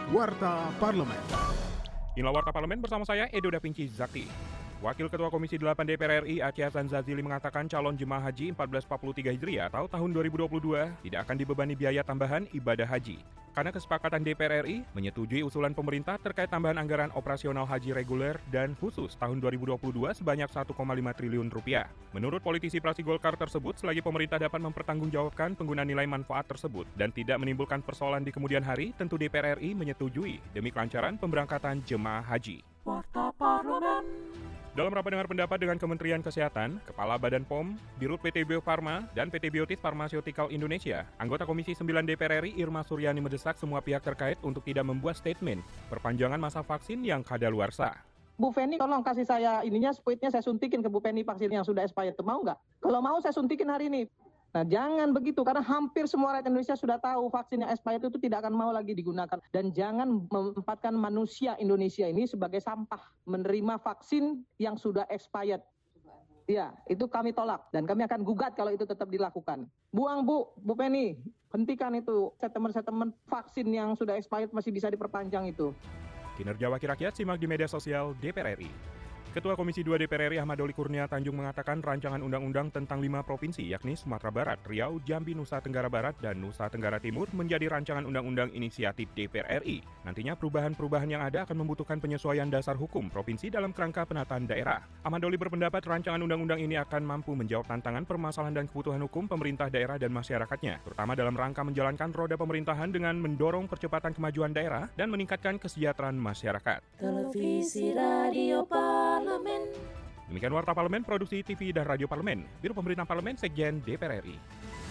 Warta Parlemen. Inilah Warta Parlemen bersama saya, Edo Da Vinci Zakti. Wakil Ketua Komisi 8 DPR RI Aceh Hasan Zazili mengatakan calon jemaah haji 1443 Hijriah atau tahun 2022 tidak akan dibebani biaya tambahan ibadah haji. Karena kesepakatan DPR RI menyetujui usulan pemerintah terkait tambahan anggaran operasional haji reguler dan khusus tahun 2022 sebanyak 1,5 triliun rupiah. Menurut politisi praksi Golkar tersebut, selagi pemerintah dapat mempertanggungjawabkan penggunaan nilai manfaat tersebut dan tidak menimbulkan persoalan di kemudian hari, tentu DPR RI menyetujui demi kelancaran pemberangkatan jemaah haji. Warta Parlemen. Dalam rapat dengar pendapat dengan Kementerian Kesehatan, Kepala Badan POM, Dirut PT Bio Farma, dan PT Biotis Pharmaceutical Indonesia, anggota Komisi 9 DPR RI Irma Suryani mendesak semua pihak terkait untuk tidak membuat statement perpanjangan masa vaksin yang kadaluarsa. Bu Feni, tolong kasih saya speednya saya suntikin ke Bu Feni vaksin yang sudah expired. Mau nggak? Kalau mau saya suntikin hari ini. Nah, jangan begitu, karena hampir semua rakyat Indonesia sudah tahu vaksin yang expired itu tidak akan mau lagi digunakan. Dan jangan menempatkan manusia Indonesia ini sebagai sampah, menerima vaksin yang sudah expired. Ya, itu kami tolak, dan kami akan gugat kalau itu tetap dilakukan. Buang Bu Penny, hentikan itu statement-statement vaksin yang sudah expired masih bisa diperpanjang itu. Kinerja Wakil Rakyat simak di media sosial DPR RI. Ketua Komisi 2 DPR RI Ahmad Doli Kurnia Tanjung mengatakan rancangan undang-undang tentang 5 provinsi yakni Sumatera Barat, Riau, Jambi, Nusa Tenggara Barat, dan Nusa Tenggara Timur menjadi rancangan undang-undang inisiatif DPR RI. Nantinya perubahan-perubahan yang ada akan membutuhkan penyesuaian dasar hukum provinsi dalam kerangka penataan daerah. Ahmad Doli berpendapat rancangan undang-undang ini akan mampu menjawab tantangan permasalahan dan kebutuhan hukum pemerintah daerah dan masyarakatnya, terutama dalam rangka menjalankan roda pemerintahan dengan mendorong percepatan kemajuan daerah dan meningkatkan kesejahteraan masyarakat. Televisi Radio Parlemen. Demikian Warta Parlemen, Produksi TV dan Radio Parlemen, Biro Pemberitaan Parlemen, Sekjen DPR RI.